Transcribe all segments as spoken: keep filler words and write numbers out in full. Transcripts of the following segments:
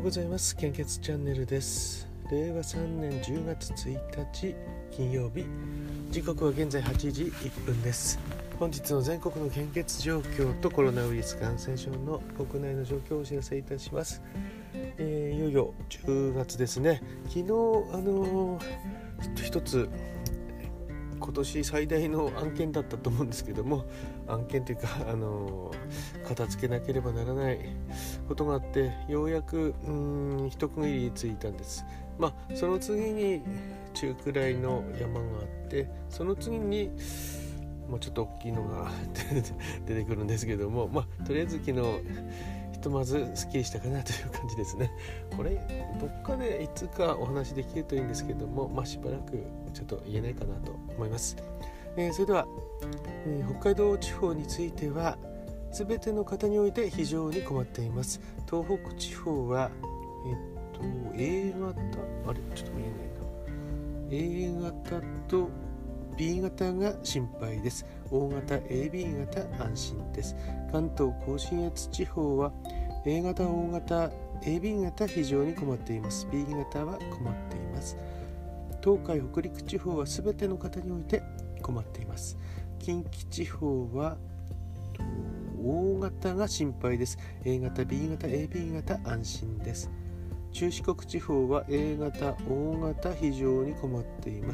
ございます。献血チャンネルです。れいわさんねんじゅうがつついたち金曜日、時刻は現在はちじいっぷんです。本日の全国の献血状況とコロナウイルス感染症の国内の状況をお知らせいたします。えー、いよいよじゅうがつですね。昨日あのー、一つ今年最大の案件だったと思うんですけども、案件というか、あのー、片付けなければならないことがあって、ようやくうーん一区切りついたんです。まあその次に中くらいの山があって、その次にもうちょっと大きいのが出てくるんですけども、まあとりあえず昨日ひとまずスッキリしたかなという感じですね。これどっかでいつかお話できるといいんですけども、まあしばらくちょっと言えないかなと思います。えー、それでは、えー、北海道地方については全ての方において非常に困っています。東北地方はえっと A 型あれちょっと見えないな A 型と B 型が心配です。大型 エービー 型安心です。関東甲信越地方は A 型、大型、エービー 型非常に困っています。 B 型は困っています。東海北陸地方はすべての方において困っています。近畿地方は大型が心配です。 A 型、B 型、エービー 型安心です。中四国地方は A 型、大型非常に困っています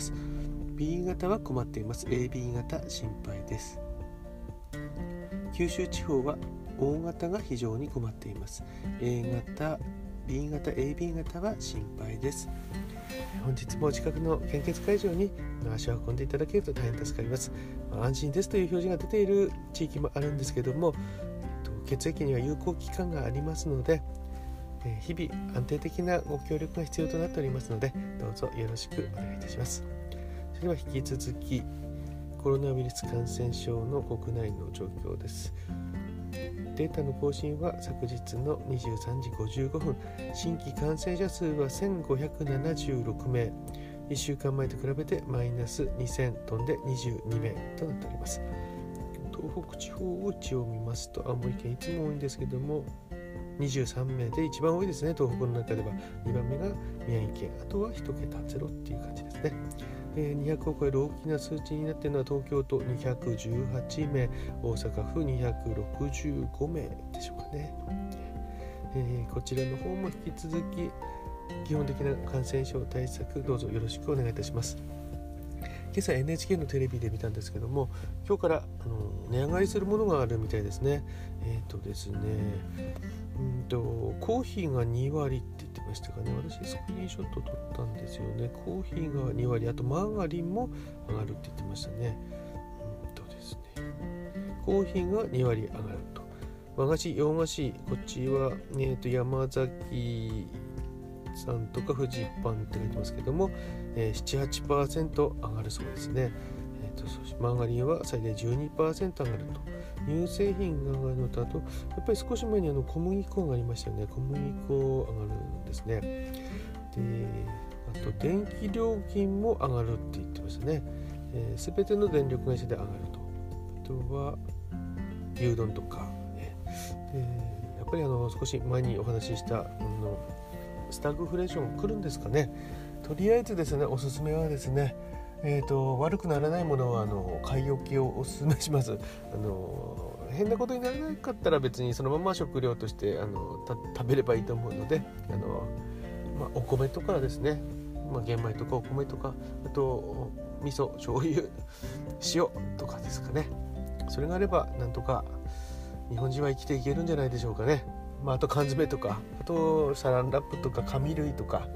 。B 型は困っています。 エービー 型心配です。九州地方は大型が非常に困っています。 A 型、B 型、エービー 型は心配です。本日も近くの献血会場に足を運んでいただけると大変助かります。安心ですという表示が出ている地域もあるんですけども、血液には有効期間がありますので、日々安定的なご協力が必要となっておりますので、どうぞよろしくお願いいたします。それでは引き続きコロナウイルス感染症の国内の状況です。データの更新は昨日のにじゅうさんじごじゅうごふん、新規感染者数はせんごひゃくななじゅうろくめい、いっしゅうかんまえと比べてマイナスにせん飛んでにじゅうにめいとなっております。東北地方を一応見ますと、青森県いつも多いんですけどもにじゅうさんめいで一番多いですね。東北の中ではにばんめが宮城県、あとはいちけたゼロっていう感じですね。えー、にひゃくを超える大きな数値になっているのは東京都にひゃくじゅうはちめい、大阪府にひゃくろくじゅうごめいでしょうかね。えー、こちらの方も引き続き基本的な感染症対策どうぞよろしくお願いいたします。今朝 エヌエイチケー のテレビで見たんですけども、今日からあの値上がりするものがあるみたいですね。えっとですねうんとコーヒーがにわりって言ってましたかね。私スクリーンショット撮ったんですよね。コーヒーがにわり、あとマーガリンも上がるって言ってましたね。うんとですねコーヒーがにわり上がると。和菓子、洋菓子、こっちは、えー、と山崎さんとかフジパンって書いてますけども、えー、なな、はちパーセント 上がるそうですね。えー、とマーガリンは最大 じゅうにパーセント 上がると。乳製品が上がるのと、あとやっぱり少し前にあの小麦粉が上がりましたよね。小麦粉上がるんですね。で、あと電気料金も上がるって言ってましたね。すべ、えー、ての電力会社で上がると。あとは牛丼とか、ね、でやっぱりあの少し前にお話ししたあのスタグフレーション来るんですかね。とりあえずですね、おすすめはですね、えーと、悪くならないものはあの買い置きをおすすめします。あの変なことにならなかったら別にそのまま食料としてあのた食べればいいと思うので、あの、まあ、お米とかですね、まあ、玄米とかお米とか、あと味噌、醤油、塩とかですかね。それがあればなんとか日本人は生きていけるんじゃないでしょうかね。まあ、あと缶詰とか、あとサランラップとか紙類とか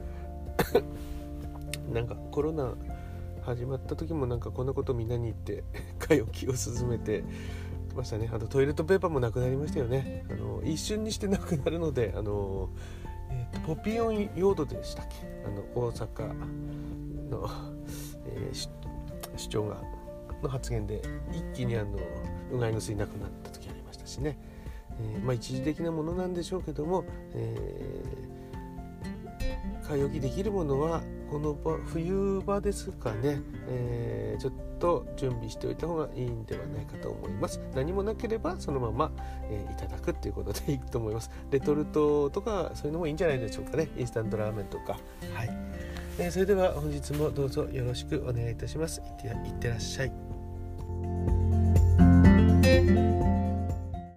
なんかコロナ始まった時もなんかこんなことみんなに言って買い置きを進めてましたね。あとトイレットペーパーもなくなりましたよね。あの一瞬にしてなくなるので、あの、えー、とポピオンヨードでしたっけ、あの大阪の、えー、市長がの発言で一気にあのうがいの水なくなった時ありましたしね。えー、まあ一時的なものなんでしょうけども、えー、買い置きできるものはこの冬場ですかね、えー、ちょっと準備しておいた方がいいんではないかと思います。何もなければそのまま、えー、いただくっていうことでいいと思います。レトルトとかそういうのもいいんじゃないでしょうかね。インスタントラーメンとか。はい、えー、それでは本日もどうぞよろしくお願いいたします。いって、いってらっしゃい。